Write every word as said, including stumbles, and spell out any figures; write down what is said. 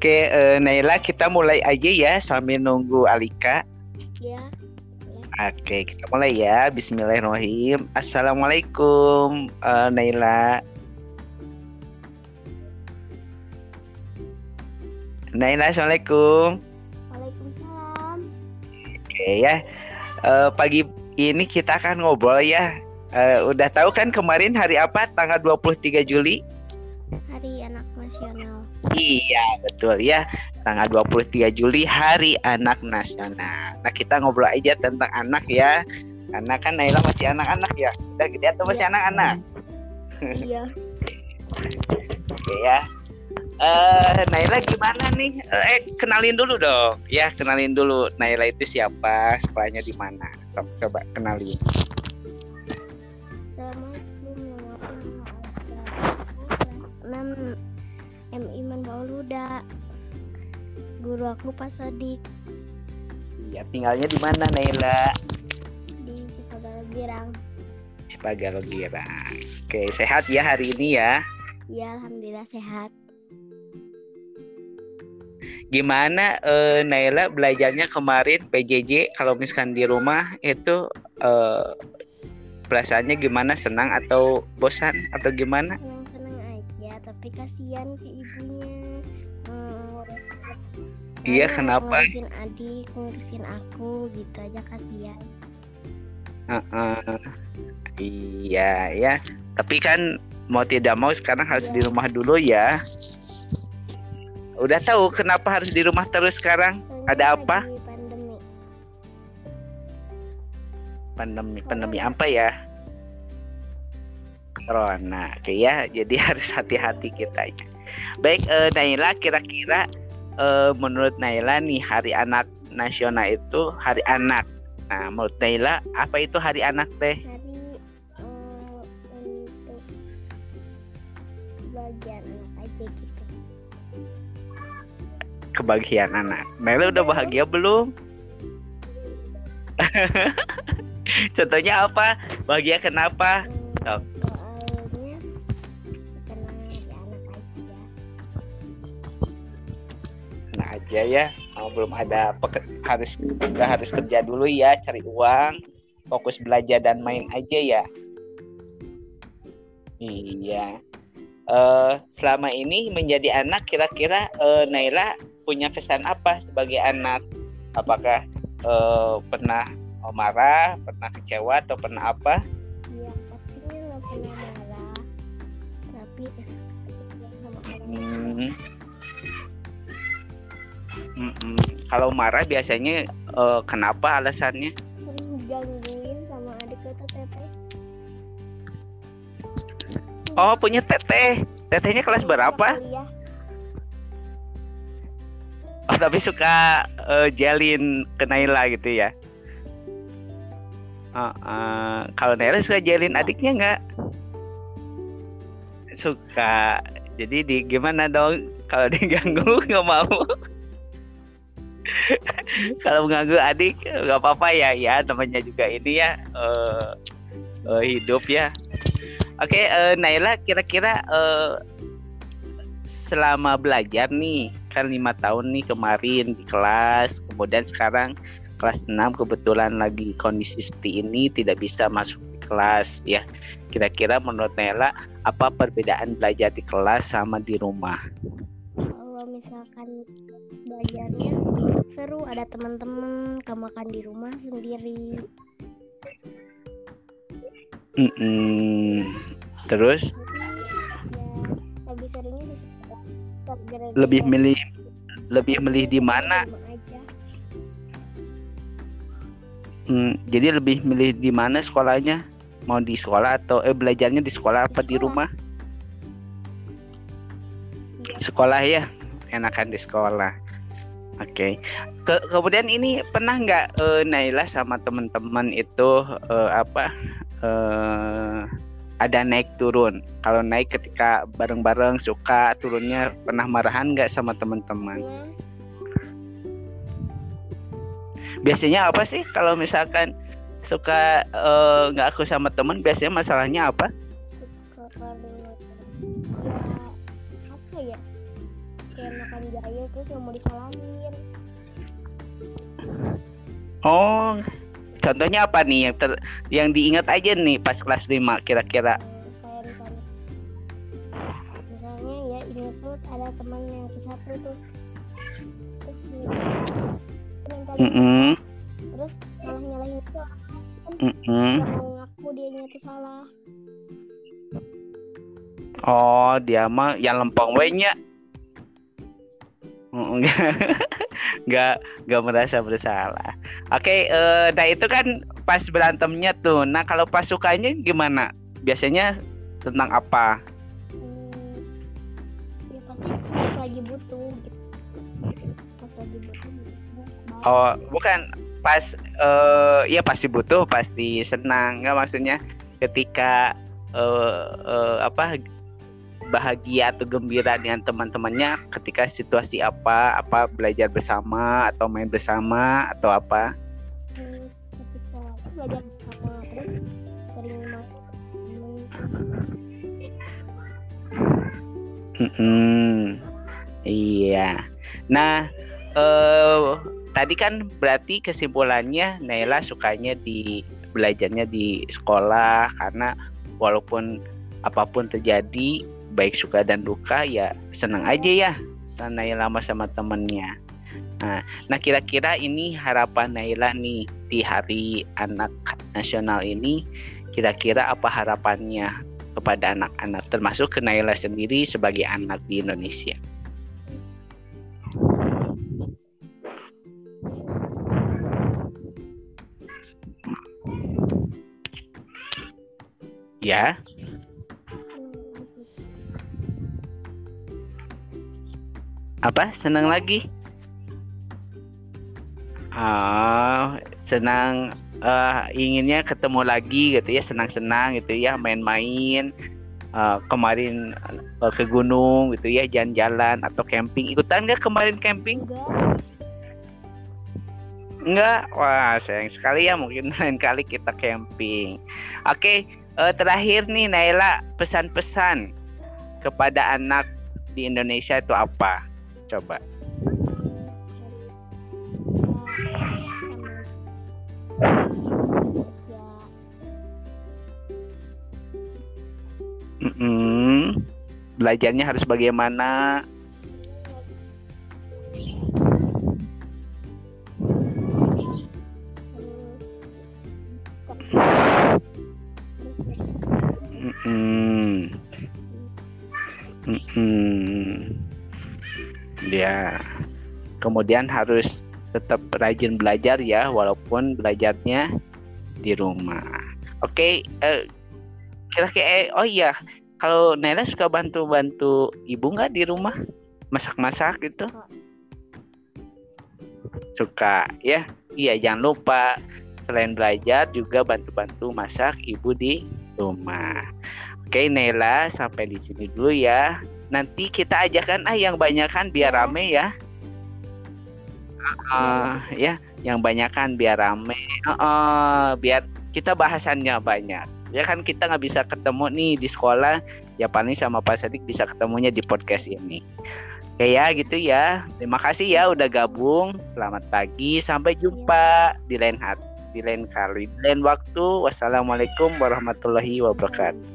Oke, eh, Naila, kita mulai aja ya sambil nunggu Alika. Ya. Oke, kita mulai ya. Bismillahirrahmanirrahim. Assalamualaikum, eh, Naila. Naila, assalamualaikum. Waalaikumsalam. Oke ya. Eh, pagi ini kita akan ngobrol ya. Eh, udah tahu kan kemarin hari apa? Tanggal dua puluh tiga Juli? Hari Anak Nasional. Iya, betul ya. Tanggal dua puluh tiga Juli Hari Anak Nasional. Nah, kita ngobrol aja tentang anak ya. Karena kan Naila masih anak-anak ya. Udah gede atau masih Iya. anak-anak? Iya. Oke ya. Eh, Naila gimana nih? Eh, kenalin dulu dong. Ya, kenalin dulu. Naila itu siapa? Sekolahnya di mana? Coba, coba kenalin. Assalamualaikum warahmatullahi wabarakatuh. enam M Iman Bauluda. Guru aku Pak Sodik Ya, tinggalnya di mana Naila? di Cipagal Girang. Cipagal Girang. Oke, sehat ya hari ini ya. Ya, alhamdulillah sehat. Gimana eh, Naila belajarnya kemarin P J J kalau misalkan di rumah itu eh, perasaannya gimana? Senang atau bosan atau gimana? Senang-senang aja, tapi kasihan ke ibunya. Hmm, Iya, soalnya kenapa? Ngurusin adik, ngurusin aku, gitu aja kasihan. Uh-uh. Iya ya. Tapi kan mau tidak mau sekarang harus Iya. di rumah dulu ya. Udah tahu kenapa harus di rumah terus sekarang? Soalnya Ada apa? lagi pandemi. Pandemi pandemi apa ya? Corona. Oke ya. Jadi harus hati-hati kita ya. Baik, eh, Naila, kira-kira eh, menurut Naila nih Hari Anak Nasional itu hari anak. Nah, menurut Naila apa itu hari anak teh? Hari eh, untuk bagian anak aja gitu. Kebahagiaan anak. Naila udah bahagia belum? Contohnya apa? Bahagia kenapa? Hmm, Oh. soalnya karena ya anak aja. Nah aja ya. Oh, belum ada peke- harus nggak harus kerja dulu ya, cari uang, fokus belajar dan main aja ya. Iya. Eh, selama ini menjadi anak, kira-kira eh, Naila punya kesan apa sebagai anak? Apakah eh, pernah marah, pernah kecewa, atau pernah apa? Ya pastinya nggak pernah marah, tapi sama orang Hmm. Mm-mm. Kalau marah biasanya eh, kenapa alasannya? sering digangguin sama adik atau teteh. Oh, punya teteh. Tetehnya kelas berapa? Kuliah. Oh, tapi suka eh, jalin ke Naila gitu ya. Uh, uh, kalau Naila suka jalin adiknya nggak? Suka. Jadi di gimana dong? Kalau diganggu nggak mau. Kalau mengganggu adik nggak apa-apa ya, ya namanya juga ini ya eh, eh, hidup ya. Oke, eh, Naila, kira-kira eh, selama belajar nih kan lima tahun nih kemarin di kelas, kemudian sekarang kelas enam kebetulan lagi kondisi seperti ini tidak bisa masuk di kelas ya. Kira-kira menurut Naila apa perbedaan belajar di kelas sama di rumah? Kalau misalkan belajarnya seru, ada teman-teman, kamu makan di rumah sendiri. Mm-mm. Terus Tapi ya lebih seringnya di sekolah. Gara-gara lebih milih lebih milih di mana? rumah aja. Hmm, jadi lebih milih di mana sekolahnya? Mau di sekolah atau eh belajarnya di sekolah apa di rumah? Sekolah ya, enakan di sekolah. Oke. Ke- kemudian ini pernah nggak eh, Naila sama teman-teman itu eh, apa eh, ada naik turun? Kalau naik ketika bareng-bareng suka, turunnya pernah marahan nggak sama teman-teman? Ya, Biasanya apa sih kalau misalkan suka eh, nggak aku sama teman, biasanya masalahnya apa? suka kalau ya apa ya, kayak makan gaya terus nggak mau disalahin. Oh, contohnya apa nih yang ter, yang diingat aja nih pas kelas lima kira-kira? Kayak misalnya misalnya ya ini tuh ada teman yang satu tuh terus dia Mm-mm. terus malah nyalahin itu kan Mm-mm. nggak mau ngaku dianya tuh salah. Oh, dia mah yang lempeng we nya. nggak nggak merasa bersalah. Oke, eh, nah itu kan pas berantemnya tuh. Nah kalau pas sukanya gimana? Biasanya tentang apa? Hmm, ya pasti pas lagi butuh gitu. Pas lagi butuh gitu. Baik. Oh, bukan pas eh ya pasti butuh, pasti senang. Nggak maksudnya ketika eh, eh, apa bahagia atau gembira dengan teman-temannya ketika situasi apa apa belajar bersama atau main bersama atau apa? Hmm, ketika aku belajar bersama terus sering main Hmm, iya. Nah, eh, tadi kan berarti kesimpulannya Naila sukanya di belajarnya di sekolah karena walaupun apapun terjadi baik suka dan duka ya senang aja ya Naila lama sama temennya. Nah, nah kira-kira ini harapan Naila nih di Hari Anak Nasional ini kira-kira apa harapannya kepada anak-anak termasuk ke Naila sendiri sebagai anak di Indonesia? Ya. Apa? Senang lagi? Ah, senang uh, inginnya ketemu lagi gitu ya, senang-senang gitu ya, main-main. Uh, kemarin uh, ke gunung gitu ya, jalan-jalan atau camping. Ikutan nggak kemarin camping? enggak. Enggak? Wah, sayang sekali ya, mungkin lain kali kita camping. Oke, uh, terakhir nih Naila, pesan-pesan kepada anak di Indonesia itu apa? Coba. Mm-mm. Belajarnya harus bagaimana? Mm-mm. Mm-mm. Ya, kemudian harus tetap rajin belajar ya, walaupun belajarnya di rumah. Oke, eh, kira-kira eh, oh iya, kalau Naila suka bantu-bantu ibu nggak di rumah, masak-masak gitu? Suka ya? Iya, jangan lupa selain belajar juga bantu-bantu masak ibu di rumah. Oke, Naila, sampai di sini dulu ya. Nanti kita ajakan ah yang banyakan biar rame ya. Uh, ya, yang banyakan biar rame. Uh, uh, biar kita bahasannya banyak. Ya kan kita nggak bisa ketemu nih di sekolah. Ya paling sama Pak Sadik bisa ketemunya di podcast ini. Oke ya, gitu ya. Terima kasih ya udah gabung. Selamat pagi. Sampai jumpa di lain hati, di lain kali, di lain waktu. Wassalamualaikum warahmatullahi wabarakatuh.